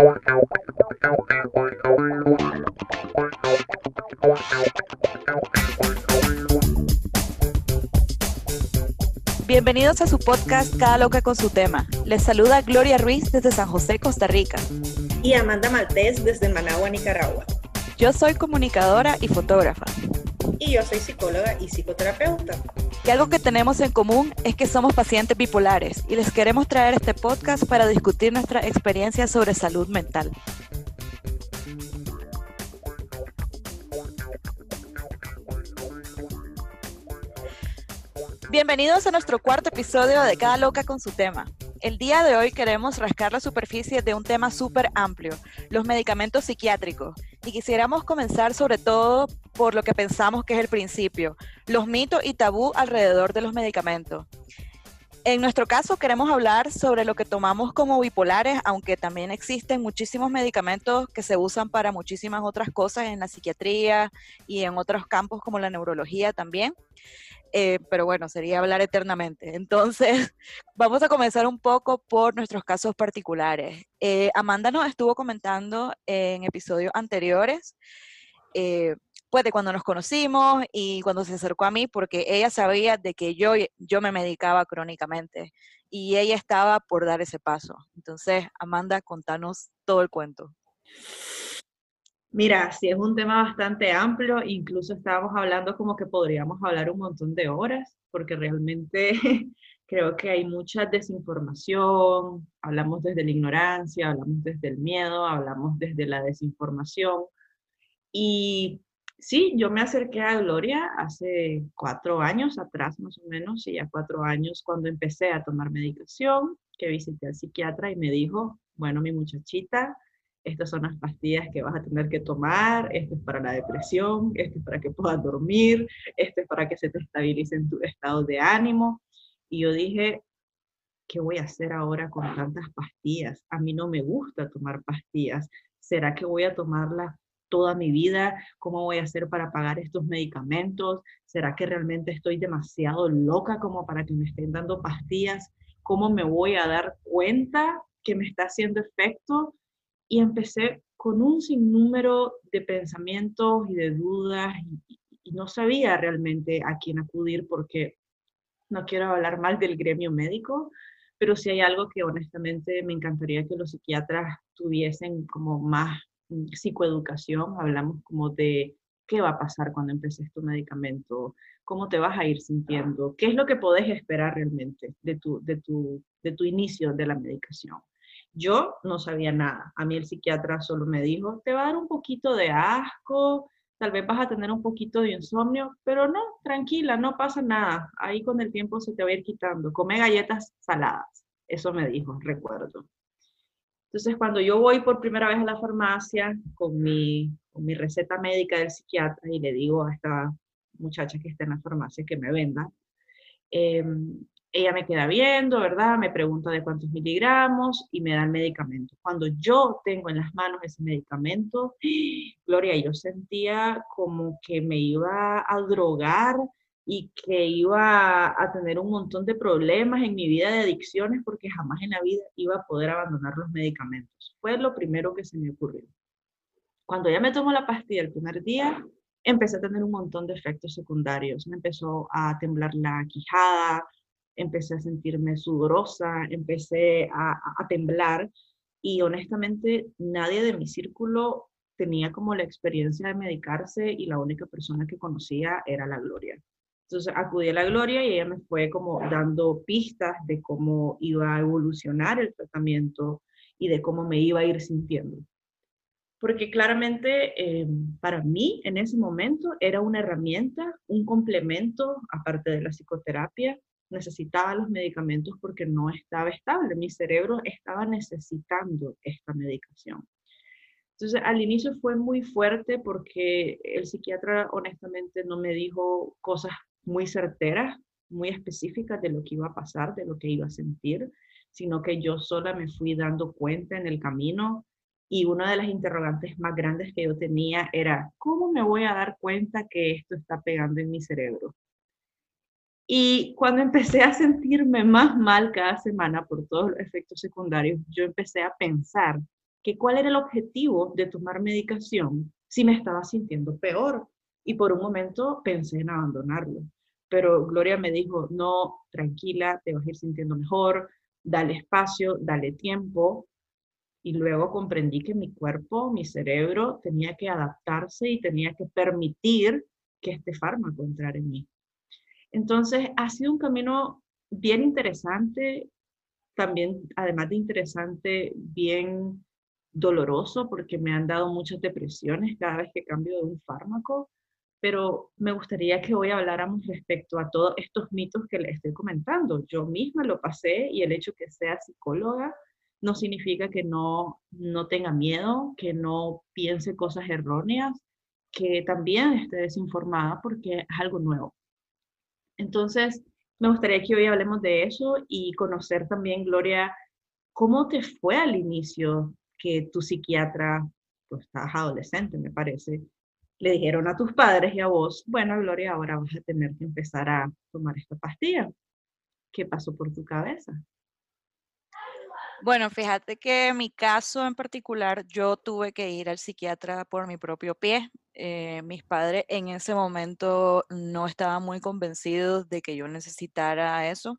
Bienvenidos a su podcast Cada Loca con su tema. Les saluda Gloria Ruiz desde San José, Costa Rica. Y Amanda Maltés desde Managua, Nicaragua. Yo soy comunicadora y fotógrafa. Y yo soy psicóloga y psicoterapeuta. Y algo que tenemos en común es que somos pacientes bipolares y les queremos traer este podcast para discutir nuestra experiencia sobre salud mental. Bienvenidos a nuestro cuarto episodio de Cada Loca con su tema. El día de hoy queremos rascar la superficie de un tema súper amplio, los medicamentos psiquiátricos. Y quisiéramos comenzar sobre todo por lo que pensamos que es el principio, los mitos y tabú alrededor de los medicamentos. En nuestro caso queremos hablar sobre lo que tomamos como bipolares, aunque también existen muchísimos medicamentos que se usan para muchísimas otras cosas en la psiquiatría y en otros campos como la neurología también. Pero bueno, sería hablar eternamente. Entonces, vamos a comenzar un poco por nuestros casos particulares. Amanda nos estuvo comentando en episodios anteriores, pues de cuando nos conocimos y cuando se acercó a mí, porque ella sabía de que yo me medicaba crónicamente y ella estaba por dar ese paso. Entonces, Amanda, contanos todo el cuento. Mira, sí es un tema bastante amplio, incluso estábamos hablando como que podríamos hablar un montón de horas, porque realmente creo que hay mucha desinformación, hablamos desde la ignorancia, hablamos desde el miedo, hablamos desde la desinformación. Y sí, yo me acerqué a Gloria hace 4 años atrás, más o menos, sí, ya 4 años, cuando empecé a tomar medicación, que visité al psiquiatra y me dijo, bueno, mi muchachita, estas son las pastillas que vas a tener que tomar, esto es para la depresión, esto es para que puedas dormir, esto es para que se te estabilice en tu estado de ánimo. Y yo dije, ¿qué voy a hacer ahora con tantas pastillas? A mí no me gusta tomar pastillas. ¿Será que voy a tomarlas toda mi vida? ¿Cómo voy a hacer para pagar estos medicamentos? ¿Será que realmente estoy demasiado loca como para que me estén dando pastillas? ¿Cómo me voy a dar cuenta que me está haciendo efecto? Y empecé con un sinnúmero de pensamientos y de dudas y no sabía realmente a quién acudir porque no quiero hablar mal del gremio médico, pero sí hay algo que honestamente me encantaría que los psiquiatras tuviesen como más psicoeducación. Hablamos como de qué va a pasar cuando empeces tu medicamento, cómo te vas a ir sintiendo, qué es lo que podés esperar realmente de tu inicio de la medicación. Yo no sabía nada. A mí el psiquiatra solo me dijo, te va a dar un poquito de asco, tal vez vas a tener un poquito de insomnio, pero no, tranquila, no pasa nada. Ahí con el tiempo se te va a ir quitando. Come galletas saladas. Eso me dijo, recuerdo. Entonces, cuando yo voy por primera vez a la farmacia con mi receta médica del psiquiatra y le digo a esta muchacha que está en la farmacia que me venda, eh, ella me queda viendo, ¿verdad? Me pregunta de cuántos miligramos y me da el medicamento. Cuando yo tengo en las manos ese medicamento, Gloria, yo sentía como que me iba a drogar y que iba a tener un montón de problemas en mi vida de adicciones porque jamás en la vida iba a poder abandonar los medicamentos. Fue lo primero que se me ocurrió. Cuando ya me tomo la pastilla el primer día, empecé a tener un montón de efectos secundarios. Me empezó a temblar la quijada, empecé a sentirme sudorosa, empecé a temblar y honestamente nadie de mi círculo tenía como la experiencia de medicarse y la única persona que conocía era la Gloria. Entonces acudí a la Gloria y ella me fue como dando pistas de cómo iba a evolucionar el tratamiento y de cómo me iba a ir sintiendo. Porque claramente para mí en ese momento era una herramienta, un complemento, aparte de la psicoterapia. Necesitaba los medicamentos porque no estaba estable. Mi cerebro estaba necesitando esta medicación. Entonces, al inicio fue muy fuerte porque el psiquiatra honestamente no me dijo cosas muy certeras, muy específicas de lo que iba a pasar, de lo que iba a sentir, sino que yo sola me fui dando cuenta en el camino y una de las interrogantes más grandes que yo tenía era, ¿cómo me voy a dar cuenta que esto está pegando en mi cerebro? Y cuando empecé a sentirme más mal cada semana por todos los efectos secundarios, yo empecé a pensar que cuál era el objetivo de tomar medicación si me estaba sintiendo peor. Y por un momento pensé en abandonarlo. Pero Gloria me dijo, no, tranquila, te vas a ir sintiendo mejor, dale espacio, dale tiempo. Y luego comprendí que mi cuerpo, mi cerebro, tenía que adaptarse y tenía que permitir que este fármaco entrara en mí. Entonces, ha sido un camino bien interesante, también, además de interesante, bien doloroso, porque me han dado muchas depresiones cada vez que cambio de un fármaco, pero me gustaría que hoy habláramos respecto a todos estos mitos que le estoy comentando. Yo misma lo pasé y el hecho que sea psicóloga no significa que no tenga miedo, que no piense cosas erróneas, que también esté desinformada porque es algo nuevo. Entonces, me gustaría que hoy hablemos de eso y conocer también, Gloria, cómo te fue al inicio que tu psiquiatra, pues estabas adolescente, me parece, le dijeron a tus padres y a vos, bueno, Gloria, ahora vas a tener que empezar a tomar esta pastilla. ¿Qué pasó por tu cabeza? Bueno, fíjate que en mi caso en particular, yo tuve que ir al psiquiatra por mi propio pie. Mis padres en ese momento no estaban muy convencidos de que yo necesitara eso.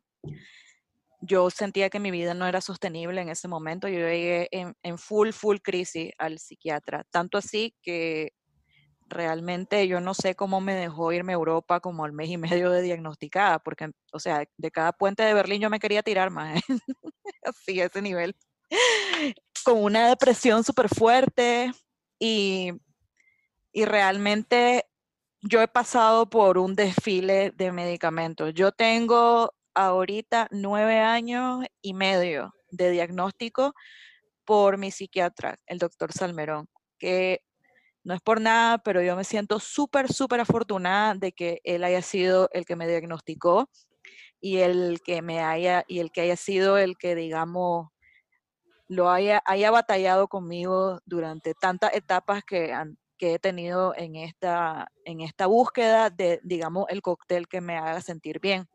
Yo sentía que mi vida no era sostenible en ese momento. Yo llegué en full crisis al psiquiatra. Tanto así que realmente yo no sé cómo me dejó irme a Europa como al mes y medio de diagnosticada, porque, o sea, de cada puente de Berlín yo me quería tirar más, así a ese nivel. Con una depresión súper fuerte y, y realmente yo he pasado por un desfile de medicamentos. Yo tengo ahorita 9 años y medio de diagnóstico por mi psiquiatra, el doctor Salmerón, que no es por nada, pero yo me siento súper afortunada de que él haya sido el que me diagnosticó y el que haya sido el que, digamos, haya batallado conmigo durante tantas etapas que he tenido en esta búsqueda de, digamos, el cóctel que me haga sentir bien.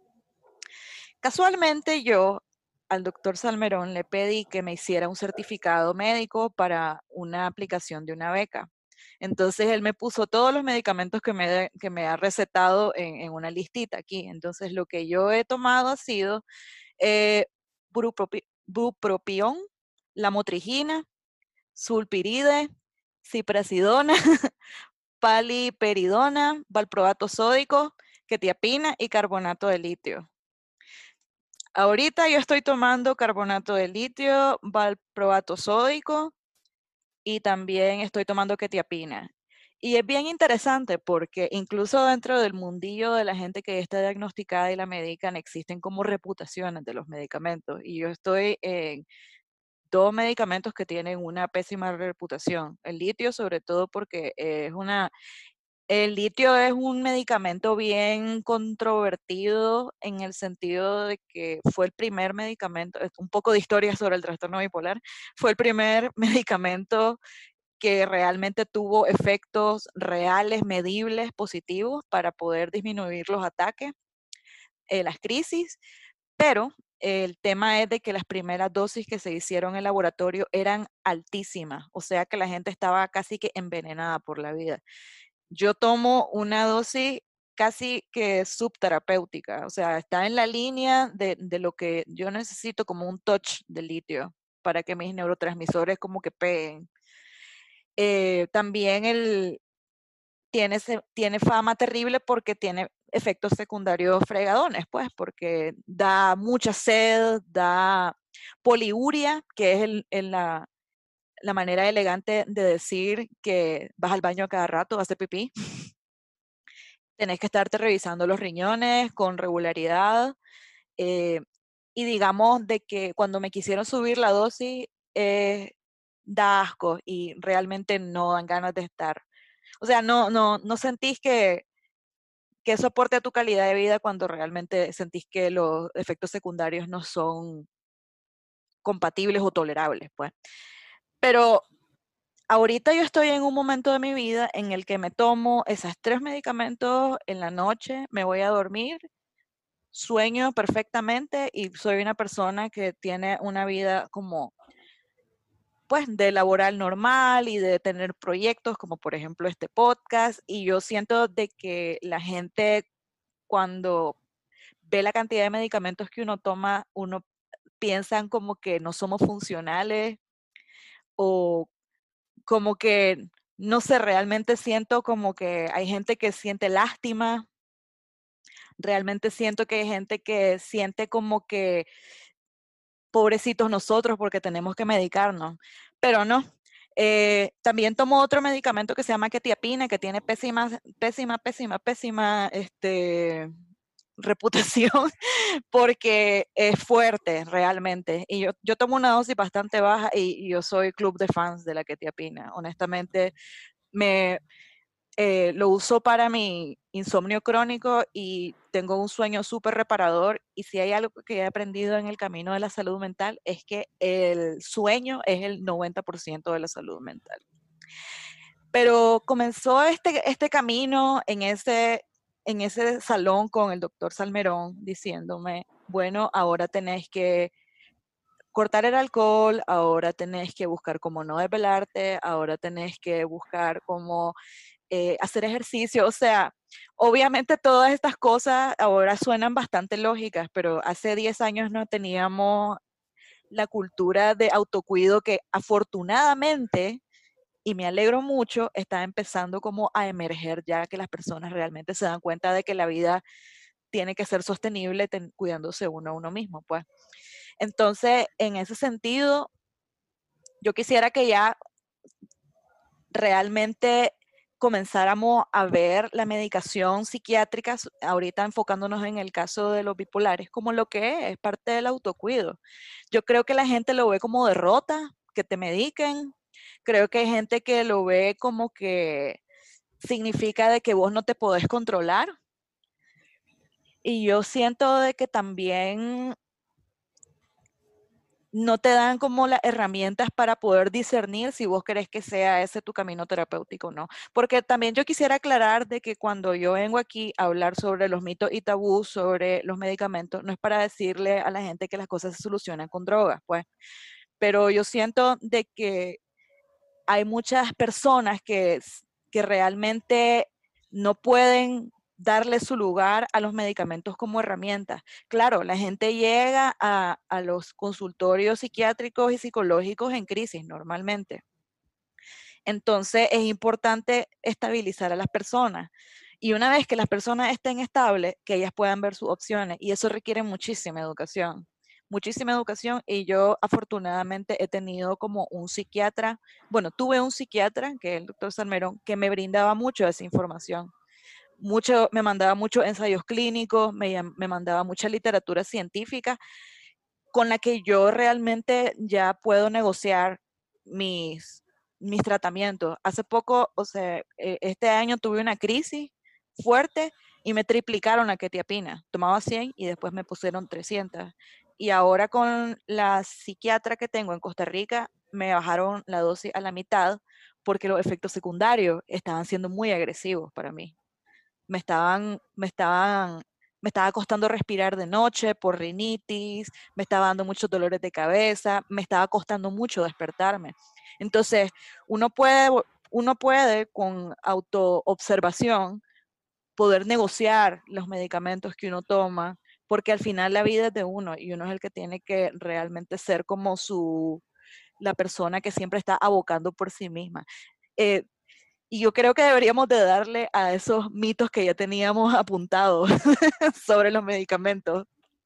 Casualmente yo al doctor Salmerón le pedí que me hiciera un certificado médico para una aplicación de una beca. Entonces él me puso todos los medicamentos que me ha recetado en una listita aquí. Entonces lo que yo he tomado ha sido eh, bupropión, lamotrigina, sulpiride, ciprasidona, paliperidona, valproato sódico, quetiapina y carbonato de litio. Ahorita yo estoy tomando carbonato de litio, valproato sódico y también estoy tomando quetiapina. Y es bien interesante porque incluso dentro del mundillo de la gente que está diagnosticada y la medican, existen como reputaciones de los medicamentos. Y yo estoy en dos medicamentos que tienen una pésima reputación. El litio, sobre todo porque el litio es un medicamento bien controvertido en el sentido de que fue el primer medicamento, un poco de historia sobre el trastorno bipolar, fue el primer medicamento que realmente tuvo efectos reales, medibles, positivos para poder disminuir los ataques, las crisis, pero el tema es de que las primeras dosis que se hicieron en laboratorio eran altísimas, o sea que la gente estaba casi que envenenada por la vida. Yo tomo una dosis casi que subterapéutica, o sea, está en la línea de lo que yo necesito como un touch de litio para que mis neurotransmisores como que peguen. También tiene fama terrible porque tiene efectos secundarios fregadones, pues, porque da mucha sed, da poliuria, que es la manera elegante de decir que vas al baño a cada rato, hace pipí. Tenés que estarte revisando los riñones con regularidad. eh, y digamos de que cuando me quisieron subir la dosis, da asco y realmente no dan ganas de estar. O sea, no sentís que eso aporte a tu calidad de vida cuando realmente sentís que los efectos secundarios no son compatibles o tolerables, pues. Pero ahorita yo estoy en un momento de mi vida en el que me tomo esos 3 medicamentos en la noche, me voy a dormir, sueño perfectamente y soy una persona que tiene una vida como pues, de laboral normal y de tener proyectos como por ejemplo este podcast. Y yo siento de que la gente cuando ve la cantidad de medicamentos que uno toma, uno piensan como que no somos funcionales o como que, no sé, realmente siento como que hay gente que siente lástima, realmente siento que hay gente que siente como que pobrecitos nosotros porque tenemos que medicarnos, pero no. También tomo otro medicamento que se llama quetiapina, que tiene pésima reputación porque es fuerte realmente. Y yo tomo una dosis bastante baja y yo soy club de fans de la quetiapina. Honestamente, me, lo uso para mi insomnio crónico y tengo un sueño súper reparador. Y si hay algo que he aprendido en el camino de la salud mental es que el sueño es el 90% de la salud mental. Pero comenzó este camino en ese salón con el doctor Salmerón diciéndome, bueno, ahora tenés que cortar el alcohol, ahora tenés que buscar cómo no desvelarte, ahora tenés que buscar cómo hacer ejercicio, o sea, obviamente todas estas cosas ahora suenan bastante lógicas, pero hace 10 años no teníamos la cultura de autocuido que afortunadamente, y me alegro mucho, está empezando como a emerger ya que las personas realmente se dan cuenta de que la vida tiene que ser sostenible cuidándose uno a uno mismo, pues. Entonces, en ese sentido, yo quisiera que ya realmente comenzáramos a ver la medicación psiquiátrica, ahorita enfocándonos en el caso de los bipolares, como lo que es parte del autocuido. Yo creo que la gente lo ve como derrota, que te mediquen. Creo que hay gente que lo ve como que significa de que vos no te podés controlar. Y yo siento de que también no te dan como las herramientas para poder discernir si vos querés que sea ese tu camino terapéutico o no. Porque también yo quisiera aclarar de que cuando yo vengo aquí a hablar sobre los mitos y tabús sobre los medicamentos, no es para decirle a la gente que las cosas se solucionan con drogas, pues. Pero yo siento de que hay muchas personas que realmente no pueden darle su lugar a los medicamentos como herramientas. Claro, la gente llega a los consultorios psiquiátricos y psicológicos en crisis normalmente. Entonces es importante estabilizar a las personas. Y una vez que las personas estén estables, que ellas puedan ver sus opciones. Y eso requiere muchísima educación. Muchísima educación. Y yo afortunadamente he tenido como un psiquiatra, bueno, tuve un psiquiatra, que es el doctor Salmerón, que me brindaba mucho esa información. Me mandaba muchos ensayos clínicos, me mandaba mucha literatura científica con la que yo realmente ya puedo negociar mis tratamientos. Hace poco, o sea, este año tuve una crisis fuerte y me triplicaron la quetiapina. Tomaba 100 y después me pusieron 300. Y ahora con la psiquiatra que tengo en Costa Rica, me bajaron la dosis a la mitad porque los efectos secundarios estaban siendo muy agresivos para mí. Me estaban, me estaban, me estaba costando respirar de noche por rinitis, me estaba dando muchos dolores de cabeza, me estaba costando mucho despertarme. Entonces, uno puede, uno puede con autoobservación poder negociar los medicamentos que uno toma, porque al final la vida es de uno y uno es el que tiene que realmente ser como la persona que siempre está abocando por sí misma. Eh, y yo creo que deberíamos de darle a esos mitos que ya teníamos apuntados sobre los medicamentos.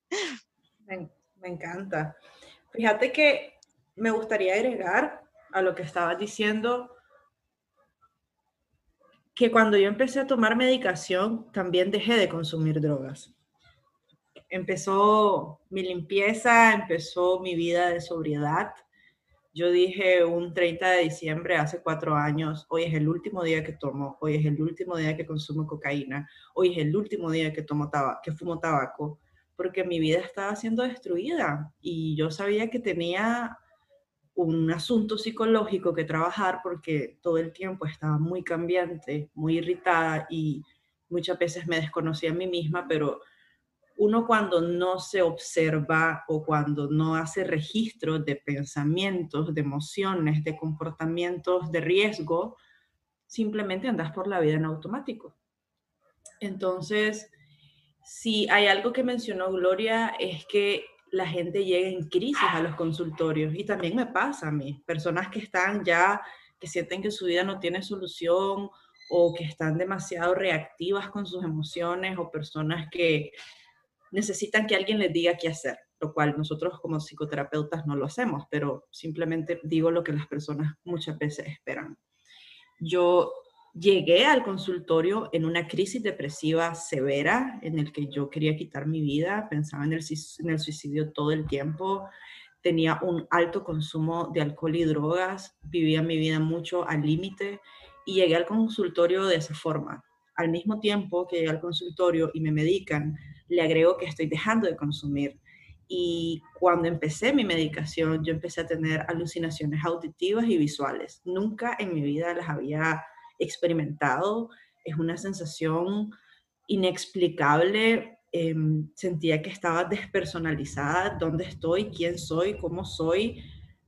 Me encanta. Fíjate que me gustaría agregar a lo que estabas diciendo que cuando yo empecé a tomar medicación también dejé de consumir drogas. Empezó mi limpieza, empezó mi vida de sobriedad. Yo dije un 30 de diciembre, hace 4 años, hoy es el último día que tomo, hoy es el último día que consumo cocaína, hoy es el último día que que fumo tabaco, porque mi vida estaba siendo destruida y yo sabía que tenía un asunto psicológico que trabajar porque todo el tiempo estaba muy cambiante, muy irritada y muchas veces me desconocía a mí misma, pero uno cuando no se observa o cuando no hace registros de pensamientos, de emociones, de comportamientos de riesgo, simplemente andas por la vida en automático. Entonces, si hay algo que mencionó Gloria es que la gente llega en crisis a los consultorios y también me pasa a mí, personas que están ya, que sienten que su vida no tiene solución o que están demasiado reactivas con sus emociones o personas que necesitan que alguien les diga qué hacer, lo cual nosotros como psicoterapeutas no lo hacemos, pero simplemente digo lo que las personas muchas veces esperan. Yo llegué al consultorio en una crisis depresiva severa en el que yo quería quitar mi vida, pensaba en el suicidio todo el tiempo, tenía un alto consumo de alcohol y drogas, vivía mi vida mucho al límite y llegué al consultorio de esa forma. Al mismo tiempo que llegué al consultorio y me medican, le agrego que estoy dejando de consumir. Y cuando empecé mi medicación, yo empecé a tener alucinaciones auditivas y visuales. Nunca en mi vida las había experimentado. Es una sensación inexplicable. Sentía que estaba despersonalizada, dónde estoy, quién soy, cómo soy.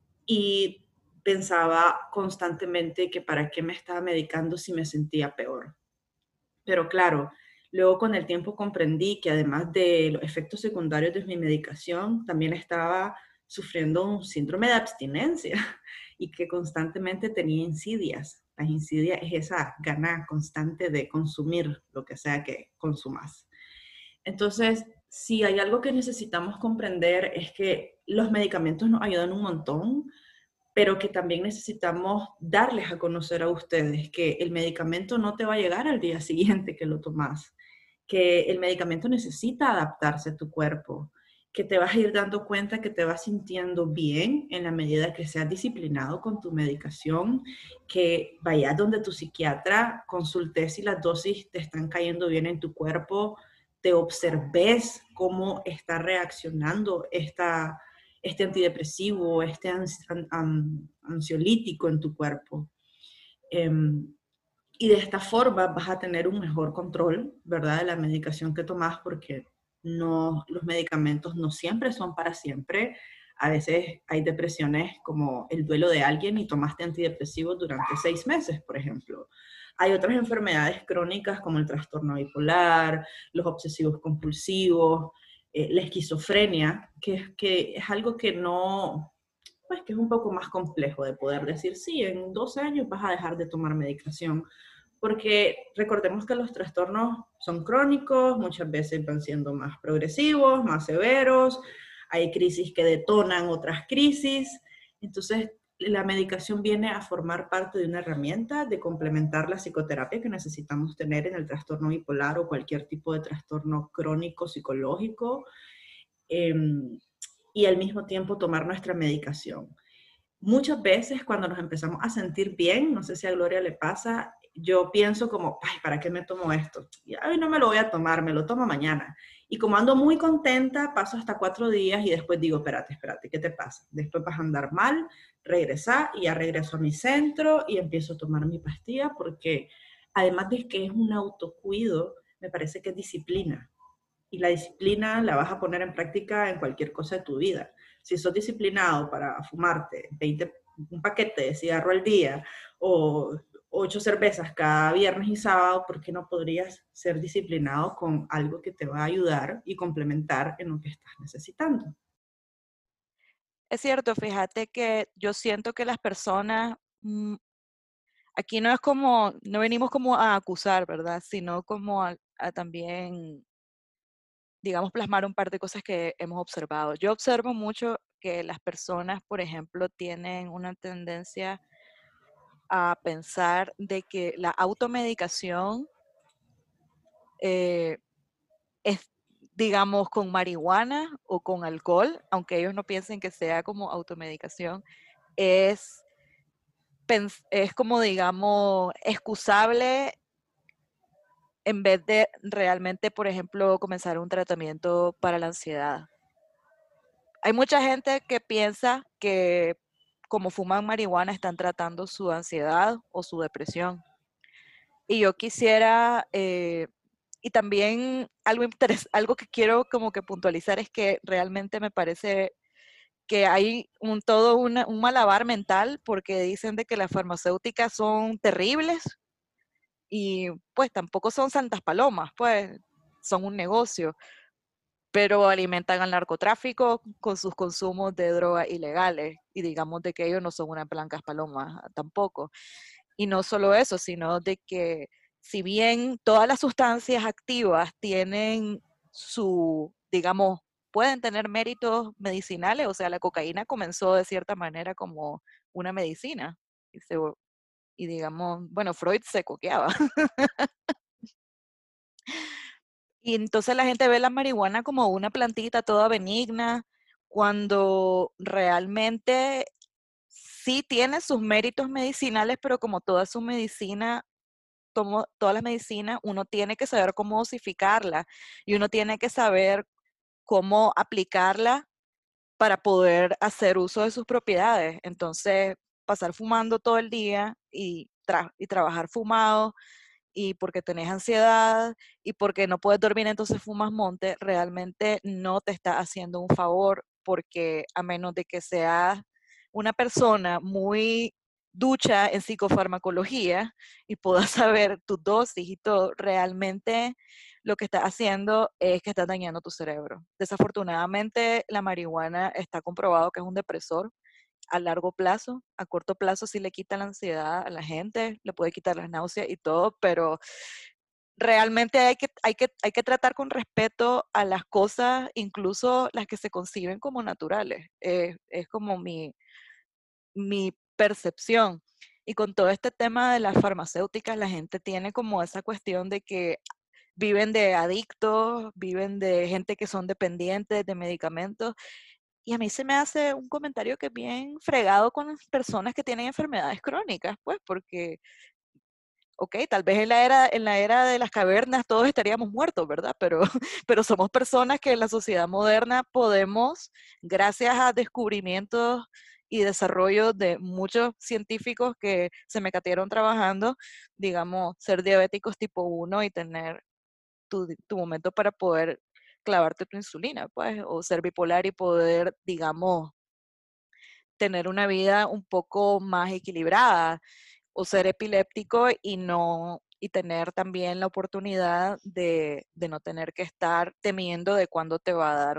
Y pensaba constantemente que para qué me estaba medicando si me sentía peor. Pero claro, luego con el tiempo comprendí que además de los efectos secundarios de mi medicación, también estaba sufriendo un síndrome de abstinencia y que constantemente tenía insidias. Las insidias es esa gana constante de consumir lo que sea que consumas. Entonces, si hay algo que necesitamos comprender es que los medicamentos nos ayudan un montón, pero que también necesitamos darles a conocer a ustedes que el medicamento no te va a llegar al día siguiente que lo tomas, que el medicamento necesita adaptarse a tu cuerpo, que te vas a ir dando cuenta que te vas sintiendo bien en la medida que seas disciplinado con tu medicación, que vayas donde tu psiquiatra, consultes si las dosis te están cayendo bien en tu cuerpo, te observes cómo está reaccionando este antidepresivo, este ansiolítico en tu cuerpo. Y de esta forma vas a tener un mejor control, ¿verdad?, de la medicación que tomas, porque no, los medicamentos no siempre son para siempre. A veces hay depresiones como el duelo de alguien y tomaste antidepresivos durante 6 meses, por ejemplo. Hay otras enfermedades crónicas como el trastorno bipolar, los obsesivos compulsivos, la esquizofrenia, que es algo que no, pues que es un poco más complejo de poder decir, sí, en 2 años vas a dejar de tomar medicación, porque recordemos que los trastornos son crónicos, muchas veces van siendo más progresivos, más severos, hay crisis que detonan otras crisis, entonces la medicación viene a formar parte de una herramienta de complementar la psicoterapia que necesitamos tener en el trastorno bipolar o cualquier tipo de trastorno crónico psicológico. Eh, y al mismo tiempo tomar nuestra medicación. Muchas veces cuando nos empezamos a sentir bien, no sé si a Gloria le pasa, yo pienso como, ay, ¿para qué me tomo esto? Y, ay, no me lo voy a tomar, me lo tomo mañana. Y como ando muy contenta, paso hasta 4 días y después digo, espérate, ¿qué te pasa? Después vas a andar mal, regresa y ya regreso a mi centro y empiezo a tomar mi pastilla porque además de que es un autocuido, me parece que es disciplina y la disciplina la vas a poner en práctica en cualquier cosa de tu vida. Si sos disciplinado para fumarte un paquete de cigarro al día o 8 cervezas cada viernes y sábado, ¿por qué no podrías ser disciplinado con algo que te va a ayudar y complementar en lo que estás necesitando? Es cierto, fíjate que yo siento que las personas, aquí no es como, no venimos como a acusar, ¿verdad? Sino como a también, digamos, plasmar un par de cosas que hemos observado. Yo observo mucho que las personas, por ejemplo, tienen una tendencia a pensar de que la automedicación eh, es, digamos, con marihuana o con alcohol, aunque ellos no piensen que sea como automedicación, es, es como, digamos, excusable en vez de realmente, por ejemplo, comenzar un tratamiento para la ansiedad. Hay mucha gente que piensa que como fuman marihuana están tratando su ansiedad o su depresión. Y yo quisiera y también algo que quiero como que puntualizar es que realmente me parece que hay un malabar mental porque dicen de que las farmacéuticas son terribles y pues tampoco son santas palomas, pues son un negocio, pero alimentan al narcotráfico con sus consumos de drogas ilegales y digamos de que ellos no son unas blancas palomas tampoco. Y no solo eso, sino de que si bien todas las sustancias activas tienen digamos, pueden tener méritos medicinales, o sea, la cocaína comenzó de cierta manera como una medicina. Y digamos, bueno, Freud se coqueaba. Y entonces la gente ve la marihuana como una plantita toda benigna, cuando realmente sí tiene sus méritos medicinales, pero como toda su medicina, como todas las medicinas, uno tiene que saber cómo dosificarla y uno tiene que saber cómo aplicarla para poder hacer uso de sus propiedades. Entonces, pasar fumando todo el día y trabajar fumado y porque tenés ansiedad y porque no puedes dormir, entonces fumas monte, realmente no te está haciendo un favor porque a menos de que seas una persona muy ducha en psicofarmacología y puedas saber tus dosis y todo, realmente lo que estás haciendo es que estás dañando tu cerebro. Desafortunadamente, la marihuana está comprobado que es un depresor a largo plazo. A corto plazo sí le quita la ansiedad a la gente, le puede quitar las náuseas y todo, pero realmente hay que tratar con respeto a las cosas, incluso las que se conciben como naturales. Es como mi percepción. Y con todo este tema de las farmacéuticas, la gente tiene como esa cuestión de que viven de adictos, viven de gente que son dependientes de medicamentos. Y a mí se me hace un comentario que es bien fregado con las personas que tienen enfermedades crónicas, pues, porque, ok, tal vez en la era de las cavernas todos estaríamos muertos, ¿verdad? Pero, pero somos personas que en la sociedad moderna podemos, gracias a descubrimientos y desarrollo de muchos científicos que se me catieron trabajando, digamos, ser diabéticos tipo 1 y tener tu momento para poder clavarte tu insulina, pues, o ser bipolar y poder, digamos, tener una vida un poco más equilibrada, o ser epiléptico y tener también la oportunidad de no tener que estar temiendo de cuándo te va a dar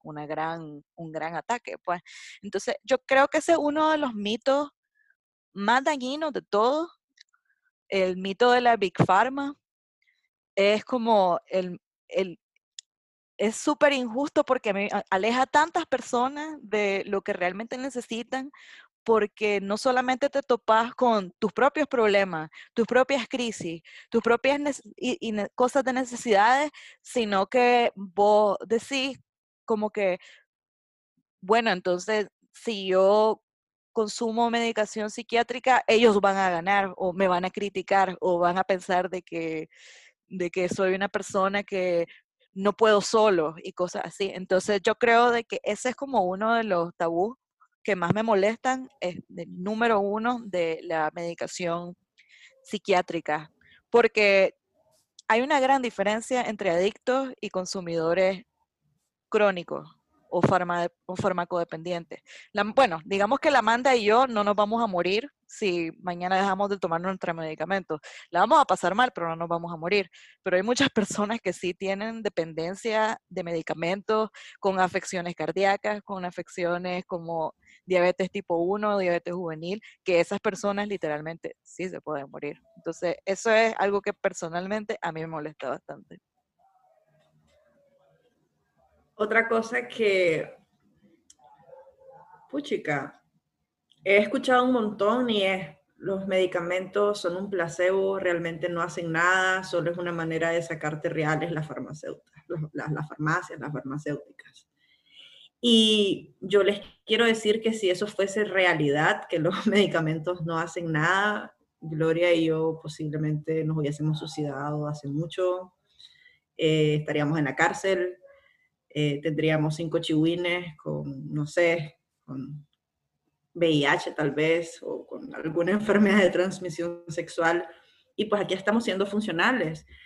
un gran ataque, pues. Entonces, yo creo que ese es uno de los mitos más dañinos de todos, el mito de la Big Pharma. Es como el es súper injusto porque aleja a tantas personas de lo que realmente necesitan, porque no solamente te topas con tus propios problemas, tus propias crisis, tus propias cosas de necesidades, sino que vos decís como que, bueno, entonces si yo consumo medicación psiquiátrica, ellos van a ganar o me van a criticar o van a pensar de que soy una persona que no puedo solo y cosas así. Entonces yo creo de que ese es como uno de los tabús que más me molestan, es el número uno de la medicación psiquiátrica, porque hay una gran diferencia entre adictos y consumidores crónicos o farmacodependientes. Bueno, digamos que la Amanda y yo no nos vamos a morir si mañana dejamos de tomar nuestros medicamentos. La vamos a pasar mal, pero no nos vamos a morir. Pero hay muchas personas que sí tienen dependencia de medicamentos con afecciones cardíacas, con afecciones como diabetes tipo 1, diabetes juvenil, que esas personas literalmente sí se pueden morir. Entonces, eso es algo que personalmente a mí me molesta bastante. Otra cosa que, puchica, he escuchado un montón y es, los medicamentos son un placebo, realmente no hacen nada, solo es una manera de sacarte reales las farmacéuticas, las farmacias, las farmacéuticas. Y yo les quiero decir que si eso fuese realidad, que los medicamentos no hacen nada, Gloria y yo posiblemente nos hubiésemos suicidado hace mucho, estaríamos en la cárcel, tendríamos 5 chihuines con, no sé, con VIH tal vez, o con alguna enfermedad de transmisión sexual, y pues aquí estamos siendo funcionales.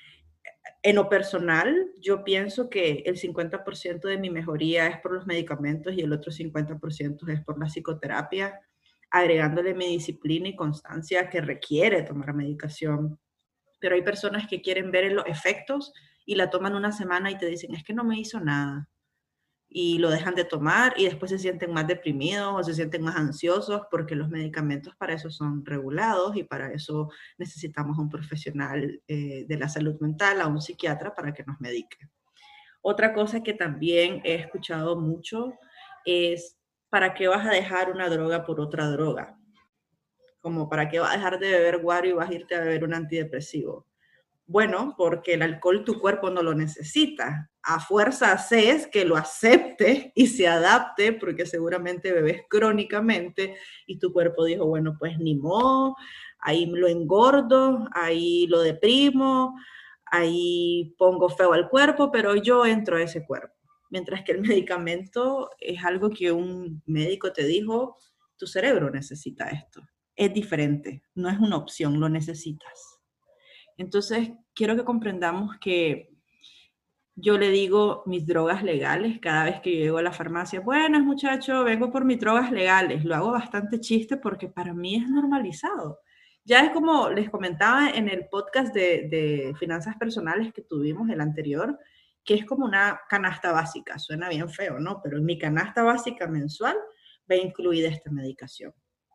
En lo personal, yo pienso que el 50% de mi mejoría es por los medicamentos y el otro 50% es por la psicoterapia, agregándole mi disciplina y constancia que requiere tomar medicación. Pero hay personas que quieren ver los efectos y la toman una semana y te dicen, es que no me hizo nada, y lo dejan de tomar y después se sienten más deprimidos o se sienten más ansiosos porque los medicamentos para eso son regulados y para eso necesitamos a un profesional de la salud mental, a un psiquiatra para que nos medique. Otra cosa que también he escuchado mucho es, ¿para qué vas a dejar una droga por otra droga? Como, ¿para qué vas a dejar de beber guaro y vas a irte a beber un antidepresivo? Bueno, porque el alcohol tu cuerpo no lo necesita. A fuerza haces que lo acepte y se adapte, porque seguramente bebes crónicamente y tu cuerpo dijo, bueno, pues ni modo, ahí lo engordo, ahí lo deprimo, ahí pongo feo al cuerpo, pero yo entro a ese cuerpo. Mientras que el medicamento es algo que un médico te dijo, tu cerebro necesita esto. Es diferente, no es una opción, lo necesitas. Entonces, quiero que comprendamos que yo le digo mis drogas legales cada vez que yo llego a la farmacia. Buenas, muchacho, vengo por mis drogas legales. Lo hago bastante chiste porque para mí es normalizado. Ya es como les comentaba en el podcast de finanzas personales que tuvimos, el anterior, que es como una canasta básica. Suena bien feo, ¿no? Pero en mi canasta básica mensual va incluida esta medicación.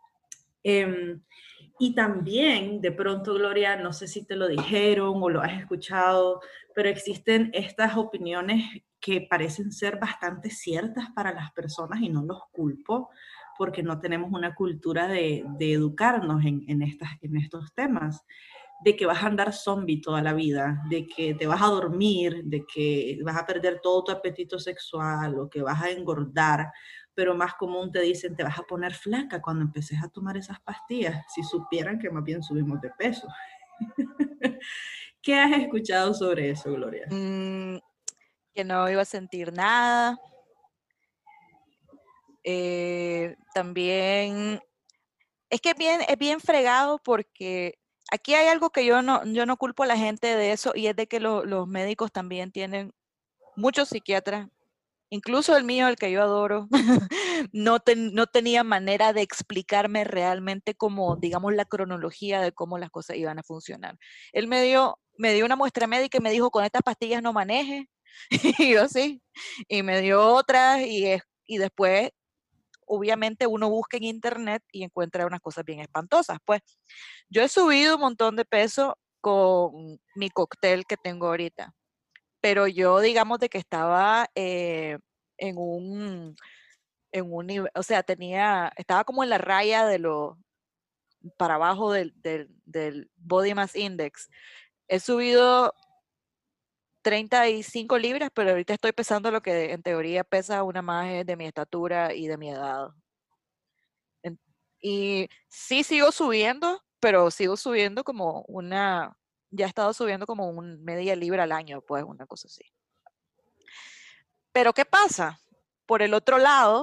Y también, de pronto, Gloria, no sé si te lo dijeron o lo has escuchado, pero existen estas opiniones que parecen ser bastante ciertas para las personas y no los culpo porque no tenemos una cultura de educarnos en estos temas, de que vas a andar zombie toda la vida, de que te vas a dormir, de que vas a perder todo tu apetito sexual o que vas a engordar, pero más común te dicen te vas a poner flaca cuando empeces a tomar esas pastillas, si supieran que más bien subimos de peso. ¿Qué has escuchado sobre eso, Gloria? Que no iba a sentir nada. También es que es bien fregado porque aquí hay algo que yo no culpo a la gente de eso y es de que los médicos también tienen muchos psiquiatras, incluso el mío, el que yo adoro, no tenía manera de explicarme realmente cómo, digamos, la cronología de cómo las cosas iban a funcionar. Él me dio una muestra médica y me dijo, con estas pastillas no maneje, y yo sí, y me dio otras y después obviamente uno busca en internet y encuentra unas cosas bien espantosas. Pues yo he subido un montón de peso con mi cóctel que tengo ahorita, pero yo digamos de que estaba en o sea, estaba como en la raya para abajo del Body Mass Index. He subido 35 libras, pero ahorita estoy pesando lo que en teoría pesa una más de mi estatura y de mi edad. Y sí sigo subiendo, pero sigo subiendo ya he estado subiendo como media libra al año, pues una cosa así. Pero ¿qué pasa? Por el otro lado,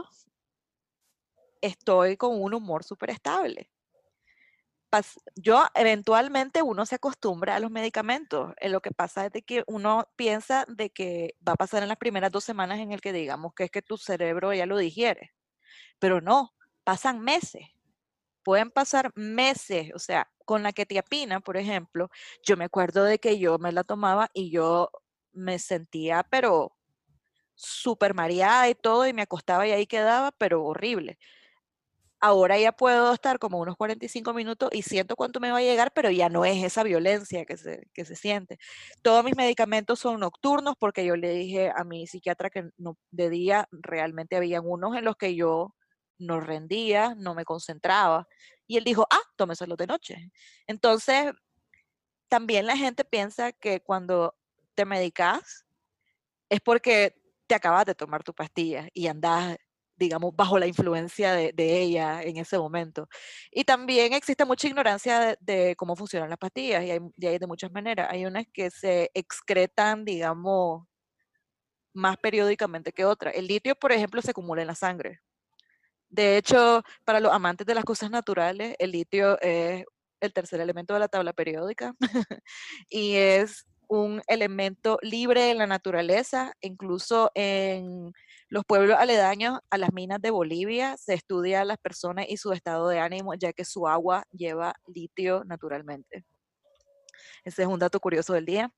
estoy con un humor súper estable. Yo eventualmente uno se acostumbra a los medicamentos. Lo que pasa es de que uno piensa de que va a pasar en las primeras 2 semanas en el que digamos que es que tu cerebro ya lo digiere, pero no, pasan meses. Pueden pasar meses, o sea, con la quetiapina, por ejemplo, yo me acuerdo de que yo me la tomaba y yo me sentía, pero súper mareada y todo, y me acostaba y ahí quedaba, pero horrible. Ahora ya puedo estar como unos 45 minutos y siento cuánto me va a llegar, pero ya no es esa violencia que se siente. Todos mis medicamentos son nocturnos porque yo le dije a mi psiquiatra que no, de día realmente habían unos en los que yo no rendía, no me concentraba. Y él dijo, tómeselos de noche. Entonces, también la gente piensa que cuando te medicas es porque te acabas de tomar tu pastilla y andas, digamos, bajo la influencia de ella en ese momento. Y también existe mucha ignorancia de cómo funcionan las pastillas y hay de muchas maneras. Hay unas que se excretan, digamos, más periódicamente que otras. El litio, por ejemplo, se acumula en la sangre. De hecho, para los amantes de las cosas naturales, el litio es el tercer elemento de la tabla periódica y es un elemento libre en la naturaleza, incluso en los pueblos aledaños a las minas de Bolivia se estudia a las personas y su estado de ánimo, ya que su agua lleva litio naturalmente. Ese es un dato curioso del día.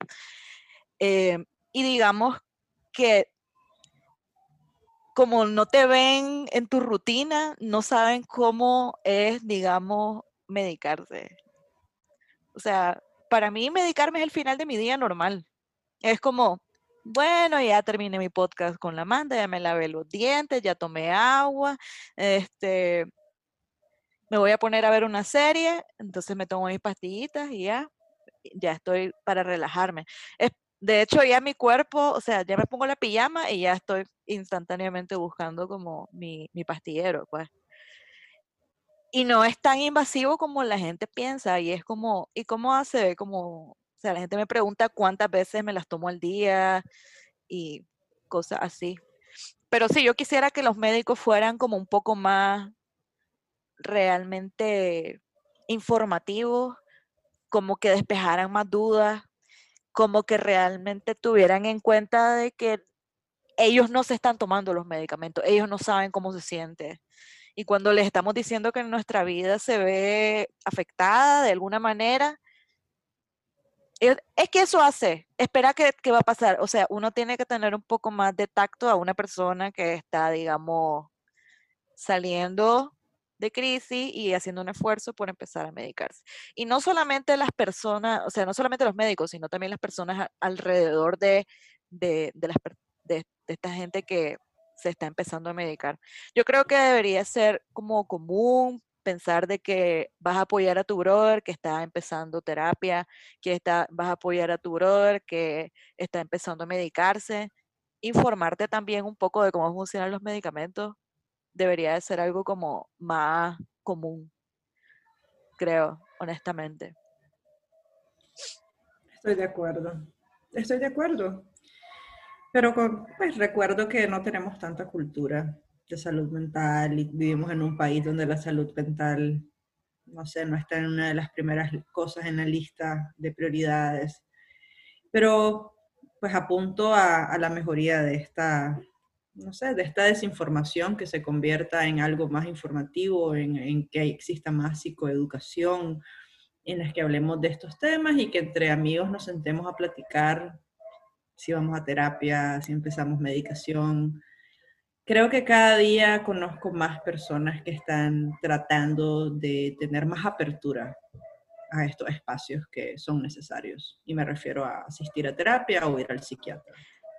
Y digamos que como no te ven en tu rutina, no saben cómo es, digamos, medicarse. O sea, para mí medicarme es el final de mi día normal. Es como, bueno, ya terminé mi podcast con la Amanda, ya me lavé los dientes, ya tomé agua, me voy a poner a ver una serie, entonces me tomo mis pastillitas y ya estoy para relajarme. De hecho, ya mi cuerpo, o sea, ya me pongo la pijama y ya estoy instantáneamente buscando como mi pastillero, pues. Y no es tan invasivo como la gente piensa y es como, ¿y cómo hace? Como, o sea, la gente me pregunta cuántas veces me las tomo al día y cosas así. Pero sí, yo quisiera que los médicos fueran como un poco más realmente informativos, como que despejaran más dudas, como que realmente tuvieran en cuenta de que ellos no se están tomando los medicamentos, ellos no saben cómo se siente. Y cuando les estamos diciendo que nuestra vida se ve afectada de alguna manera, es que eso hace, espera que va a pasar. O sea, uno tiene que tener un poco más de tacto a una persona que está, digamos, saliendo de crisis y haciendo un esfuerzo por empezar a medicarse. Y no solamente las personas, o sea, no solamente los médicos, sino también las personas alrededor de esta gente que se está empezando a medicar. Yo creo que debería ser como común pensar de que vas a apoyar a tu brother que está empezando terapia, vas a apoyar a tu brother que está empezando a medicarse, informarte también un poco de cómo funcionan los medicamentos debería de ser algo como más común, creo, honestamente. Estoy de acuerdo. Estoy de acuerdo. Pero pues recuerdo que no tenemos tanta cultura de salud mental y vivimos en un país donde la salud mental, no sé, no está en una de las primeras cosas en la lista de prioridades. Pero pues apunto a la mejoría de esta, no sé, de esta desinformación que se convierta en algo más informativo, en que exista más psicoeducación, en las que hablemos de estos temas y que entre amigos nos sentemos a platicar si vamos a terapia, si empezamos medicación. Creo que cada día conozco más personas que están tratando de tener más apertura a estos espacios que son necesarios. Y me refiero a asistir a terapia o ir al psiquiatra.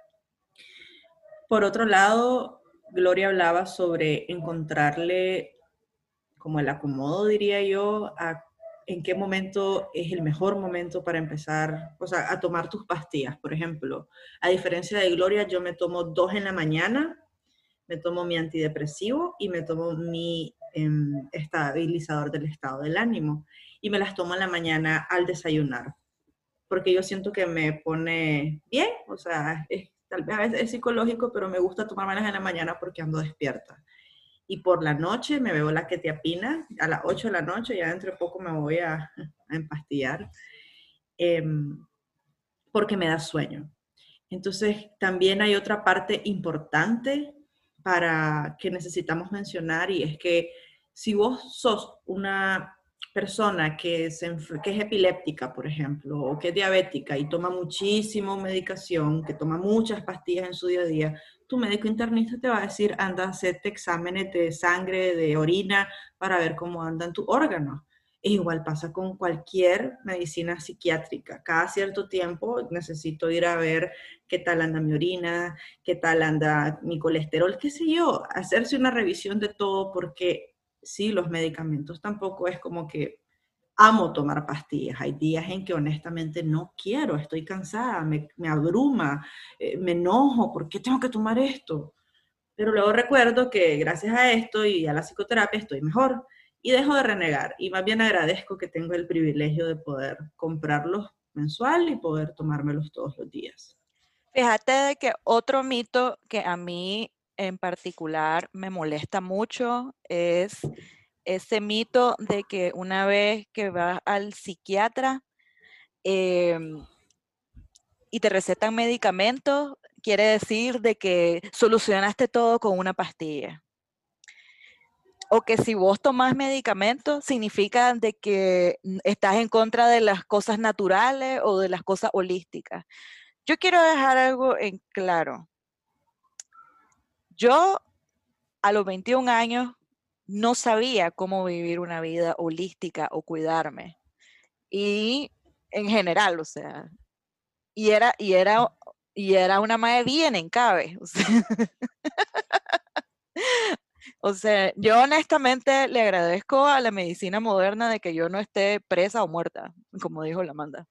Por otro lado, Gloria hablaba sobre encontrarle como el acomodo, diría yo, a en qué momento es el mejor momento para empezar, o sea, a tomar tus pastillas, por ejemplo. A diferencia de Gloria, yo me tomo 2 en la mañana, me tomo mi antidepresivo y me tomo mi estabilizador del estado del ánimo. Y me las tomo en la mañana al desayunar, porque yo siento que me pone bien, o sea, tal vez a veces es psicológico, pero me gusta tomármelas en la mañana porque ando despierta. Y por la noche me bebo la quetiapina, a las 8 de la noche, ya dentro de poco me voy a empastillar, eh, porque me da sueño. Entonces, también hay otra parte importante para que necesitamos mencionar y es que si vos sos una persona que es epiléptica, por ejemplo, o que es diabética y toma muchísimo medicación, que toma muchas pastillas en su día a día, tu médico internista te va a decir, anda a hacerte exámenes de sangre, de orina, para ver cómo andan tus órganos. E igual pasa con cualquier medicina psiquiátrica. Cada cierto tiempo necesito ir a ver qué tal anda mi orina, qué tal anda mi colesterol, qué sé yo, hacerse una revisión de todo porque sí, los medicamentos tampoco es como que amo tomar pastillas. Hay días en que honestamente no quiero, estoy cansada, me abruma, me enojo, ¿por qué tengo que tomar esto? Pero luego recuerdo que gracias a esto y a la psicoterapia estoy mejor y dejo de renegar y más bien agradezco que tengo el privilegio de poder comprarlos mensual y poder tomármelos todos los días. Fíjate de que otro mito que a mí en particular me molesta mucho es ese mito de que una vez que vas al psiquiatra, em, y te recetan medicamentos, quiere decir de que solucionaste todo con una pastilla. O que si vos tomás medicamentos, significa de que estás en contra de las cosas naturales o de las cosas holísticas. Yo quiero dejar algo en claro. Yo a los 21 años no sabía cómo vivir una vida holística o cuidarme. Y en general, o sea, y era una madre bien en cabe. O sea, yo honestamente le agradezco a la medicina moderna de que yo no esté presa o muerta, como dijo la Amanda.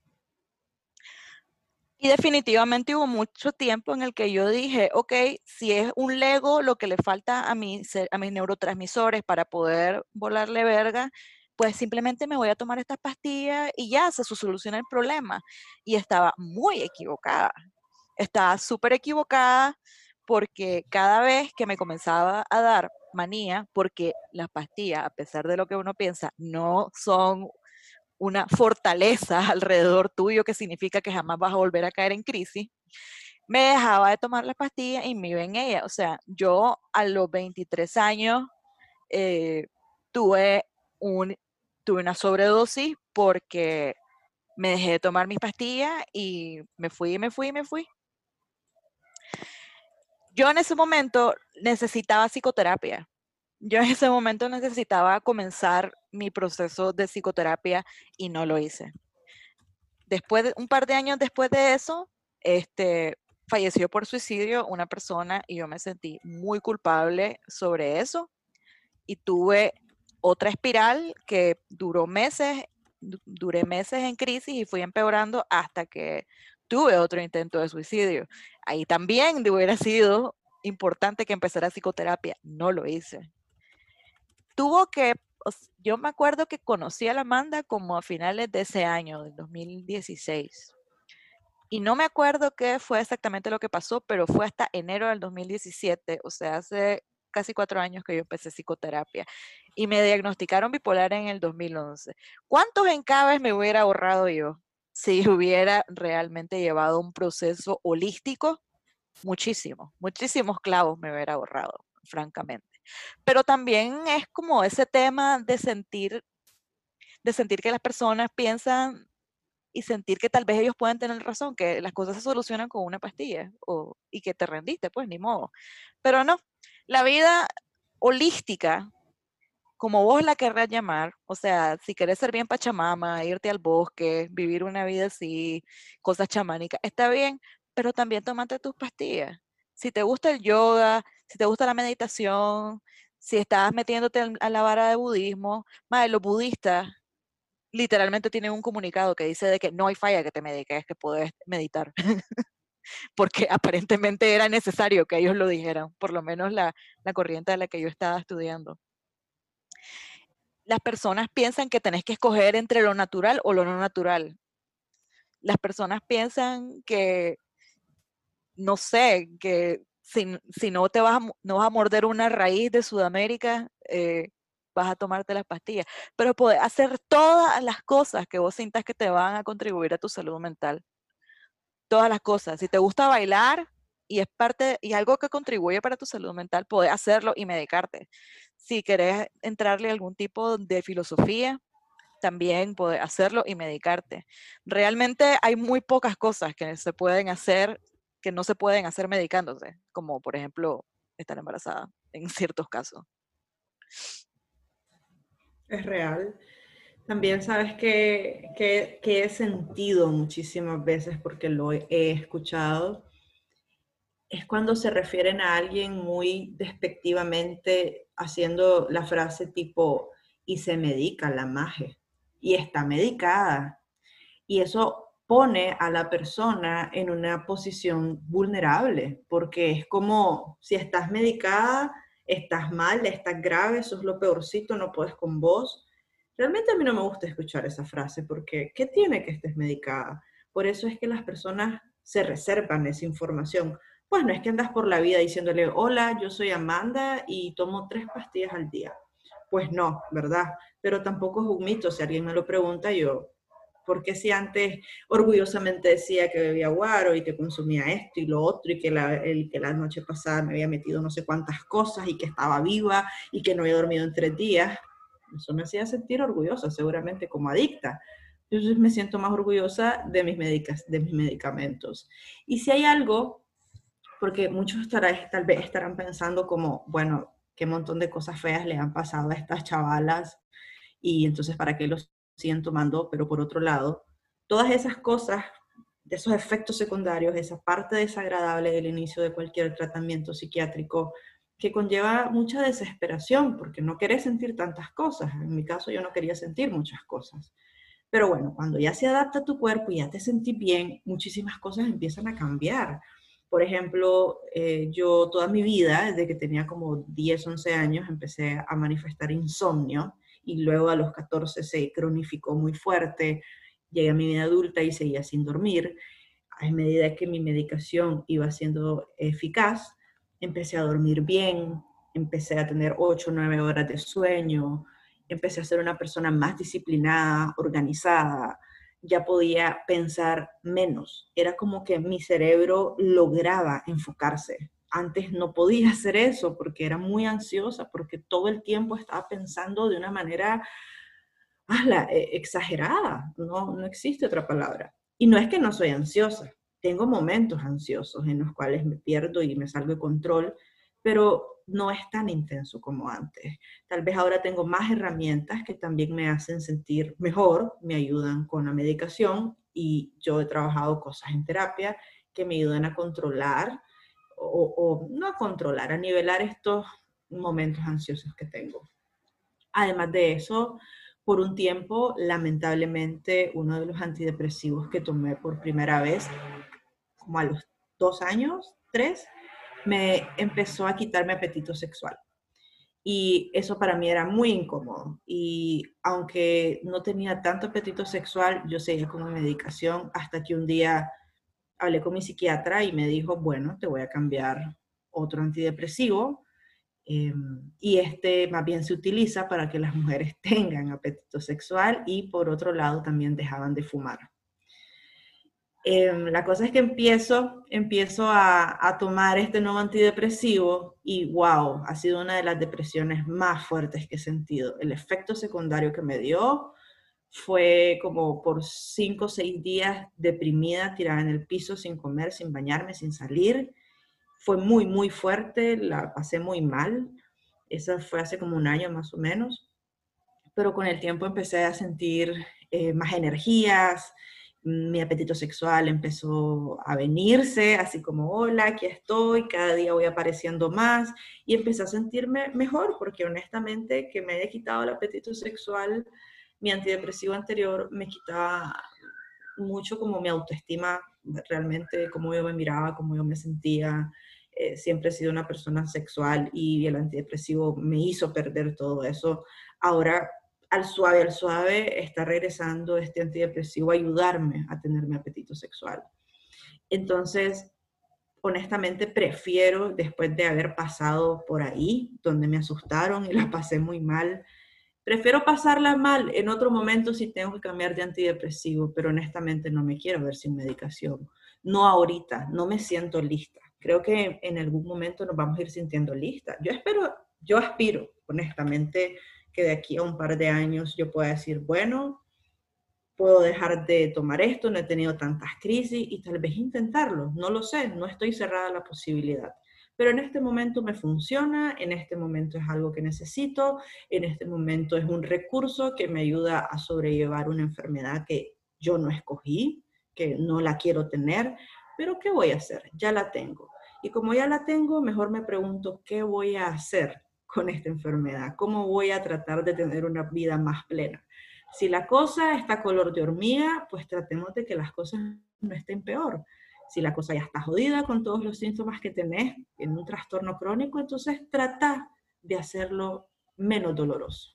Y definitivamente hubo mucho tiempo en el que yo dije, ok, si es un Lego lo que le falta a mis neurotransmisores para poder volarle verga, pues simplemente me voy a tomar estas pastillas y ya se soluciona el problema. Y estaba muy equivocada. Estaba súper equivocada porque cada vez que me comenzaba a dar manía, porque las pastillas, a pesar de lo que uno piensa, no son una fortaleza alrededor tuyo que significa que jamás vas a volver a caer en crisis, me dejaba de tomar las pastillas y me iba en ella. O sea, yo a los 23 años eh, tuve, tuve una sobredosis porque me dejé de tomar mis pastillas y me fui, me fui, me fui. Yo en ese momento necesitaba psicoterapia. Yo en ese momento necesitaba comenzar mi proceso de psicoterapia y no lo hice. Un par de años después de eso, falleció por suicidio una persona y yo me sentí muy culpable sobre eso y tuve otra espiral que duré meses en crisis y fui empeorando hasta que tuve otro intento de suicidio. Ahí también hubiera sido importante que empezara psicoterapia, no lo hice. Yo me acuerdo que conocí a la Amanda como a finales de ese año, del 2016. Y no me acuerdo qué fue exactamente lo que pasó, pero fue hasta enero del 2017, o sea, hace casi 4 años que yo empecé psicoterapia. Y me diagnosticaron bipolar en el 2011. ¿Cuántos encabes me hubiera ahorrado yo si hubiera realmente llevado un proceso holístico? Muchísimos, muchísimos clavos me hubiera ahorrado, francamente. Pero también es como ese tema de sentir que las personas piensan y sentir que tal vez ellos pueden tener razón, que las cosas se solucionan con una pastilla y que te rendiste, pues ni modo. Pero no, la vida holística, como vos la querrás llamar, o sea, si querés ser bien pachamama, irte al bosque, vivir una vida así, cosas chamánicas, está bien, pero también tómate tus pastillas. Si te gusta el yoga, si te gusta la meditación, si estás metiéndote a la vara de budismo, madre, los budistas literalmente tienen un comunicado que dice de que no hay falla que te mediques, que puedes meditar, porque aparentemente era necesario que ellos lo dijeran, por lo menos la corriente de la que yo estaba estudiando. Las personas piensan que tenés que escoger entre lo natural o lo no natural. Las personas piensan que, no sé, que si no no vas a morder una raíz de Sudamérica, vas a tomarte las pastillas. Pero puedes hacer todas las cosas que vos sientas que te van a contribuir a tu salud mental. Todas las cosas. Si te gusta bailar y es parte y algo que contribuye para tu salud mental, puedes hacerlo y medicarte. Si querés entrarle a algún tipo de filosofía, también puedes hacerlo y medicarte. Realmente hay muy pocas cosas que se pueden hacer, que no se pueden hacer medicándose, como por ejemplo estar embarazada en ciertos casos. Es real. También sabes que he sentido muchísimas veces, porque lo he escuchado, es cuando se refieren a alguien muy despectivamente haciendo la frase tipo, y se medica la maje, y está medicada. Y eso pone a la persona en una posición vulnerable, porque es como si estás medicada, estás mal, estás grave, sos lo peorcito, no puedes con vos. Realmente a mí no me gusta escuchar esa frase, porque ¿qué tiene que estés medicada? Por eso es que las personas se reservan esa información. Pues no es que andas por la vida diciéndole, hola, yo soy Amanda y tomo 3 pastillas al día. Pues no, ¿verdad? Pero tampoco es un mito. Si alguien me lo pregunta, yo Porque si antes orgullosamente decía que bebía guaro y que consumía esto y lo otro y que la noche pasada me había metido no sé cuántas cosas y que estaba viva y que no había dormido en 3 días, eso me hacía sentir orgullosa, seguramente como adicta. Entonces me siento más orgullosa de de mis medicamentos. Y si hay algo, porque muchos tal vez estarán pensando como, bueno, qué montón de cosas feas le han pasado a estas chavalas y entonces para qué los siguen tomando, pero por otro lado, todas esas cosas, de esos efectos secundarios, esa parte desagradable del inicio de cualquier tratamiento psiquiátrico, que conlleva mucha desesperación, porque no querés sentir tantas cosas. En mi caso yo no quería sentir muchas cosas. Pero bueno, cuando ya se adapta a tu cuerpo y ya te sentís bien, muchísimas cosas empiezan a cambiar. Por ejemplo, yo toda mi vida, desde que tenía como 10, 11 años, empecé a manifestar insomnio y luego a los 14 se cronificó muy fuerte. Llegué a mi vida adulta y seguía sin dormir. A medida que mi medicación iba siendo eficaz, empecé a dormir bien, empecé a tener 8 o 9 horas de sueño, empecé a ser una persona más disciplinada, organizada, ya podía pensar menos. Era como que mi cerebro lograba enfocarse. Antes no podía hacer eso porque era muy ansiosa, porque todo el tiempo estaba pensando de una manera exagerada. No, no existe otra palabra. Y no es que no soy ansiosa. Tengo momentos ansiosos en los cuales me pierdo y me salgo de control, pero no es tan intenso como antes. Tal vez ahora tengo más herramientas que también me hacen sentir mejor, me ayudan con la medicación y yo he trabajado cosas en terapia que me ayudan a controlar o no a controlar, a nivelar estos momentos ansiosos que tengo. Además de eso, por un tiempo, lamentablemente, uno de los antidepresivos que tomé por primera vez, como a los 2 años, 3, me empezó a quitar mi apetito sexual. Y eso para mí era muy incómodo. Y aunque no tenía tanto apetito sexual, yo seguía con mi medicación hasta que un día hablé con mi psiquiatra y me dijo, bueno, te voy a cambiar otro antidepresivo. Y este más bien se utiliza para que las mujeres tengan apetito sexual y por otro lado también dejaban de fumar. La cosa es que empiezo a tomar este nuevo antidepresivo y wow, ha sido una de las depresiones más fuertes que he sentido. El efecto secundario que me dio fue como por 5 o 6 días deprimida, tirada en el piso, sin comer, sin bañarme, sin salir. Fue muy, muy fuerte, la pasé muy mal. Eso fue hace como un año más o menos, pero con el tiempo empecé a sentir más energías, mi apetito sexual empezó a venirse, así como, hola, aquí estoy, cada día voy apareciendo más, y empecé a sentirme mejor, porque honestamente que me haya quitado el apetito sexual, mi antidepresivo anterior me quitaba mucho como mi autoestima, realmente cómo yo me miraba, cómo yo me sentía. Siempre he sido una persona sexual y el antidepresivo me hizo perder todo eso. Ahora, al suave, está regresando este antidepresivo a ayudarme a tener mi apetito sexual. Entonces, honestamente, prefiero, después de haber pasado por ahí, donde me asustaron y la pasé muy mal, prefiero pasarla mal en otro momento si tengo que cambiar de antidepresivo, pero honestamente no me quiero ver sin medicación. No ahorita, no me siento lista. Creo que en algún momento nos vamos a ir sintiendo listas. Yo aspiro, honestamente, que de aquí a un par de años yo pueda decir, bueno, puedo dejar de tomar esto, no he tenido tantas crisis y tal vez intentarlo. No lo sé, no estoy cerrada a la posibilidad. Pero en este momento me funciona, en este momento es algo que necesito, en este momento es un recurso que me ayuda a sobrellevar una enfermedad que yo no escogí, que no la quiero tener, pero ¿qué voy a hacer? Ya la tengo. Y como ya la tengo, mejor me pregunto, ¿qué voy a hacer con esta enfermedad? ¿Cómo voy a tratar de tener una vida más plena? Si la cosa está color de hormiga, pues tratemos de que las cosas no estén peor. Si la cosa ya está jodida con todos los síntomas que tenés en un trastorno crónico, entonces trata de hacerlo menos doloroso.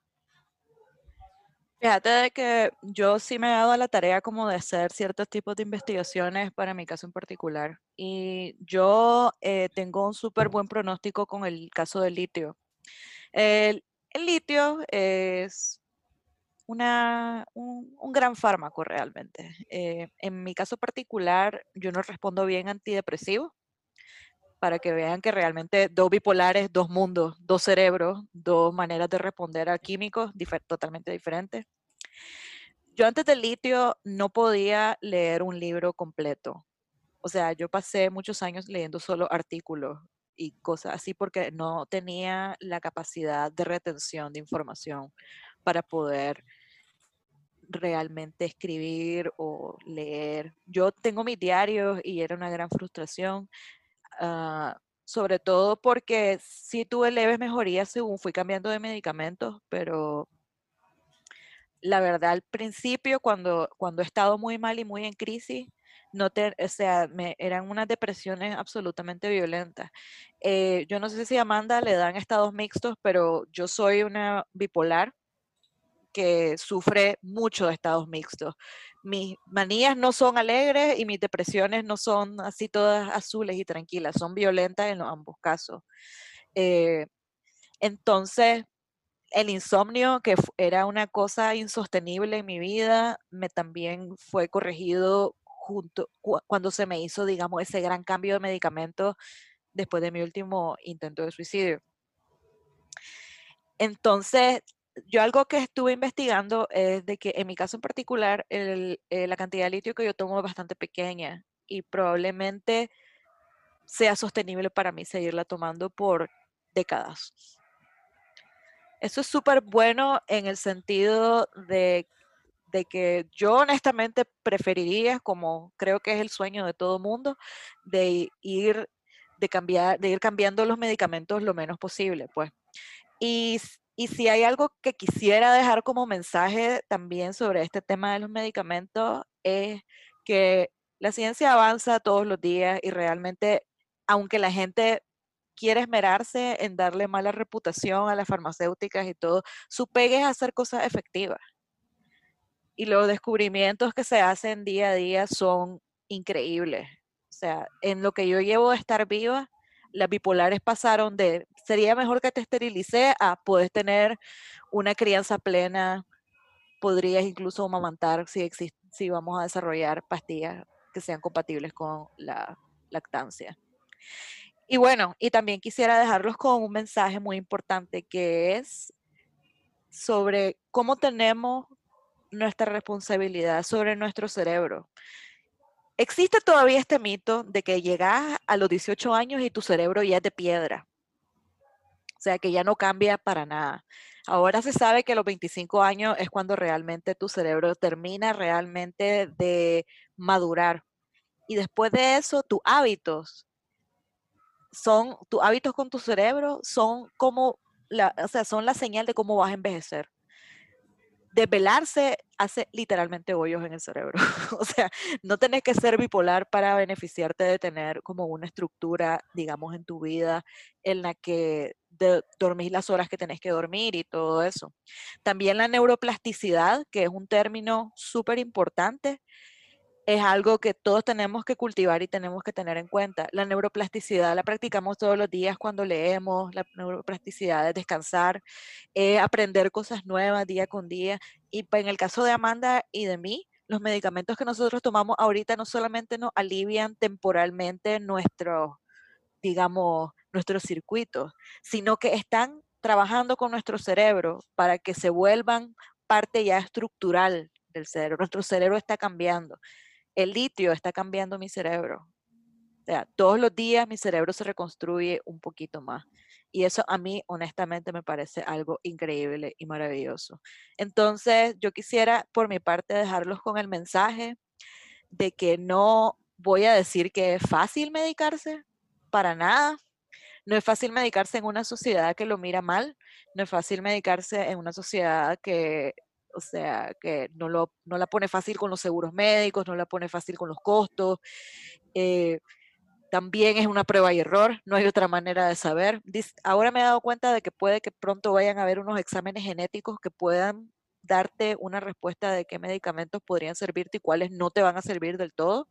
Fíjate de que yo sí me he dado a la tarea como de hacer ciertos tipos de investigaciones para mi caso en particular. Y yo tengo un súper buen pronóstico con el caso del litio. El, el litio es un gran fármaco realmente. En mi caso particular, yo no respondo bien a antidepresivos, para que vean que realmente dos bipolares, dos mundos, dos cerebros, dos maneras de responder a químicos totalmente diferentes. Yo antes del litio no podía leer un libro completo. O sea, yo pasé muchos años leyendo solo artículos y cosas así porque no tenía la capacidad de retención de información para poder realmente escribir o leer. Yo tengo mis diarios y era una gran frustración, sobre todo porque sí tuve leves mejorías según fui cambiando de medicamentos, pero la verdad al principio cuando he estado muy mal y muy en crisis, o sea, eran unas depresiones absolutamente violentas. Yo no sé si a Amanda le dan estados mixtos, pero yo soy una bipolar que sufre mucho de estados mixtos. Mis manías no son alegres y mis depresiones no son así todas azules y tranquilas, son violentas en los ambos casos. Eh, entonces, el insomnio, que era una cosa insostenible en mi vida, me también fue corregido cuando se me hizo, digamos, ese gran cambio de medicamento después de mi último intento de suicidio. Entonces, yo algo que estuve investigando es de que en mi caso en particular, la cantidad de litio que yo tomo es bastante pequeña y probablemente sea sostenible para mí seguirla tomando por décadas. Eso es súper bueno en el sentido de que yo honestamente preferiría, como creo que es el sueño de todo mundo, de ir cambiando los medicamentos lo menos posible, pues. Y si hay algo que quisiera dejar como mensaje también sobre este tema de los medicamentos, es que la ciencia avanza todos los días y realmente, aunque la gente quiere esmerarse en darle mala reputación a las farmacéuticas y todo, su pegue es hacer cosas efectivas. Y los descubrimientos que se hacen día a día son increíbles. O sea, en lo que yo llevo de estar viva, las bipolares pasaron de sería mejor que te esterilicé a puedes tener una crianza plena, podrías incluso amamantar si vamos a desarrollar pastillas que sean compatibles con la lactancia. Y bueno, y también quisiera dejarlos con un mensaje muy importante que es sobre cómo tenemos nuestra responsabilidad sobre nuestro cerebro. Existe todavía este mito de que llegas a los 18 años y tu cerebro ya es de piedra, o sea que ya no cambia para nada. Ahora se sabe que a los 25 años es cuando realmente tu cerebro termina realmente de madurar. Y después de eso, tus hábitos con tu cerebro son como o sea, son la señal de cómo vas a envejecer. Desvelarse hace literalmente hoyos en el cerebro. O sea, no tenés que ser bipolar para beneficiarte de tener como una estructura, digamos, en tu vida en la que dormís las horas que tenés que dormir y todo eso. También la neuroplasticidad, que es un término súper importante, es algo que todos tenemos que cultivar y tenemos que tener en cuenta. La neuroplasticidad la practicamos todos los días cuando leemos, la neuroplasticidad es descansar, aprender cosas nuevas día con día. Y en el caso de Amanda y de mí, los medicamentos que nosotros tomamos ahorita no solamente nos alivian temporalmente digamos, nuestros circuitos, sino que están trabajando con nuestro cerebro para que se vuelvan parte ya estructural del cerebro. Nuestro cerebro está cambiando. El litio está cambiando mi cerebro. O sea, todos los días mi cerebro se reconstruye un poquito más. Y eso a mí, honestamente, me parece algo increíble y maravilloso. Entonces, yo quisiera, por mi parte, dejarlos con el mensaje de que no voy a decir que es fácil medicarse, para nada. No es fácil medicarse en una sociedad que lo mira mal, no es fácil medicarse en una sociedad que, o sea, que no la pone fácil con los seguros médicos, no la pone fácil con los costos. eh, También es una prueba y error, no hay otra manera de saber. Ahora me he dado cuenta de que puede que pronto vayan a haber unos exámenes genéticos que puedan darte una respuesta de qué medicamentos podrían servirte y cuáles no te van a servir del todo.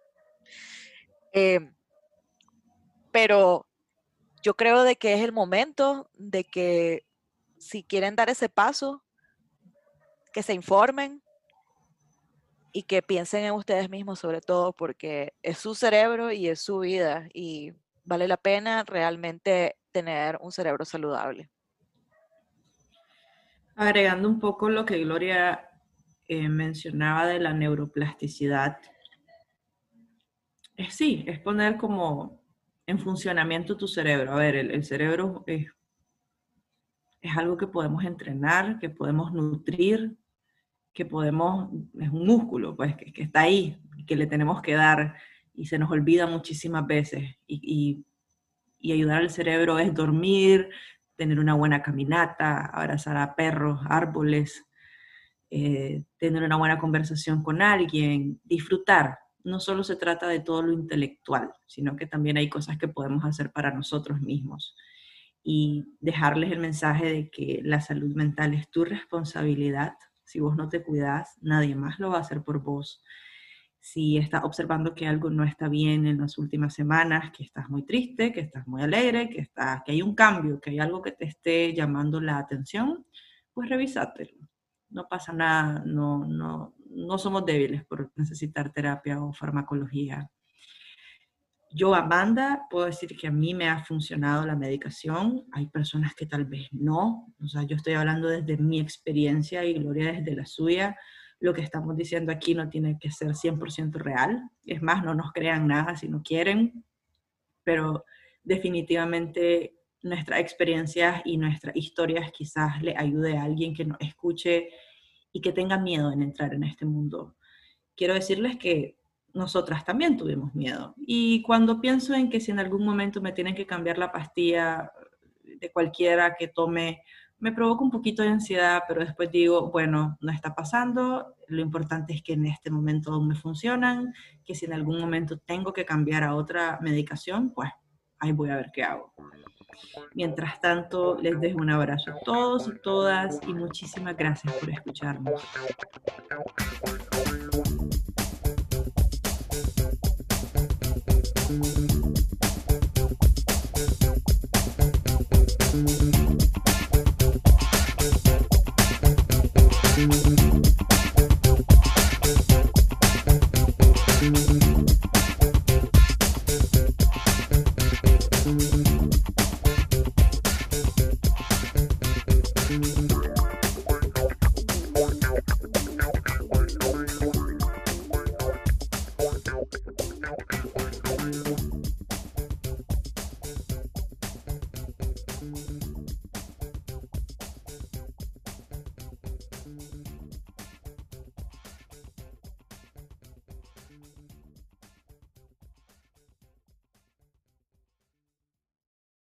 Eh, pero yo creo de que es el momento de que si quieren dar ese paso, que se informen y que piensen en ustedes mismos sobre todo, porque es su cerebro y es su vida y vale la pena realmente tener un cerebro saludable. Agregando un poco lo que Gloria mencionaba de la neuroplasticidad, sí, es poner como en funcionamiento tu cerebro. A ver, el cerebro es algo que podemos entrenar, que podemos nutrir, que podemos, es un músculo, pues, que está ahí, que le tenemos que dar y se nos olvida muchísimas veces. Y ayudar al cerebro es dormir, tener una buena caminata, abrazar a perros, árboles, tener una buena conversación con alguien, disfrutar. No solo se trata de todo lo intelectual, sino que también hay cosas que podemos hacer para nosotros mismos. Y dejarles el mensaje de que la salud mental es tu responsabilidad. Si vos no te cuidas, nadie más lo va a hacer por vos. Si estás observando que algo no está bien en las últimas semanas, que estás muy triste, que estás muy alegre, que hay un cambio, que hay algo que te esté llamando la atención, pues revísatelo. No pasa nada, no somos débiles por necesitar terapia o farmacología. Yo, Amanda, puedo decir que a mí me ha funcionado la medicación. Hay personas que tal vez no. O sea, yo estoy hablando desde mi experiencia y Gloria desde la suya. Lo que estamos diciendo aquí no tiene que ser 100% real. Es más, no nos crean nada si no quieren. Pero definitivamente nuestras experiencias y nuestras historias quizás le ayude a alguien que nos escuche y que tenga miedo en entrar en este mundo. Quiero decirles que nosotras también tuvimos miedo. Y cuando pienso en que si en algún momento me tienen que cambiar la pastilla de cualquiera que tome, me provoca un poquito de ansiedad, pero después digo, bueno, no está pasando, lo importante es que en este momento aún me funcionan, que si en algún momento tengo que cambiar a otra medicación, pues ahí voy a ver qué hago. Mientras tanto, les dejo un abrazo a todos y todas y muchísimas gracias por escucharnos. Thank you.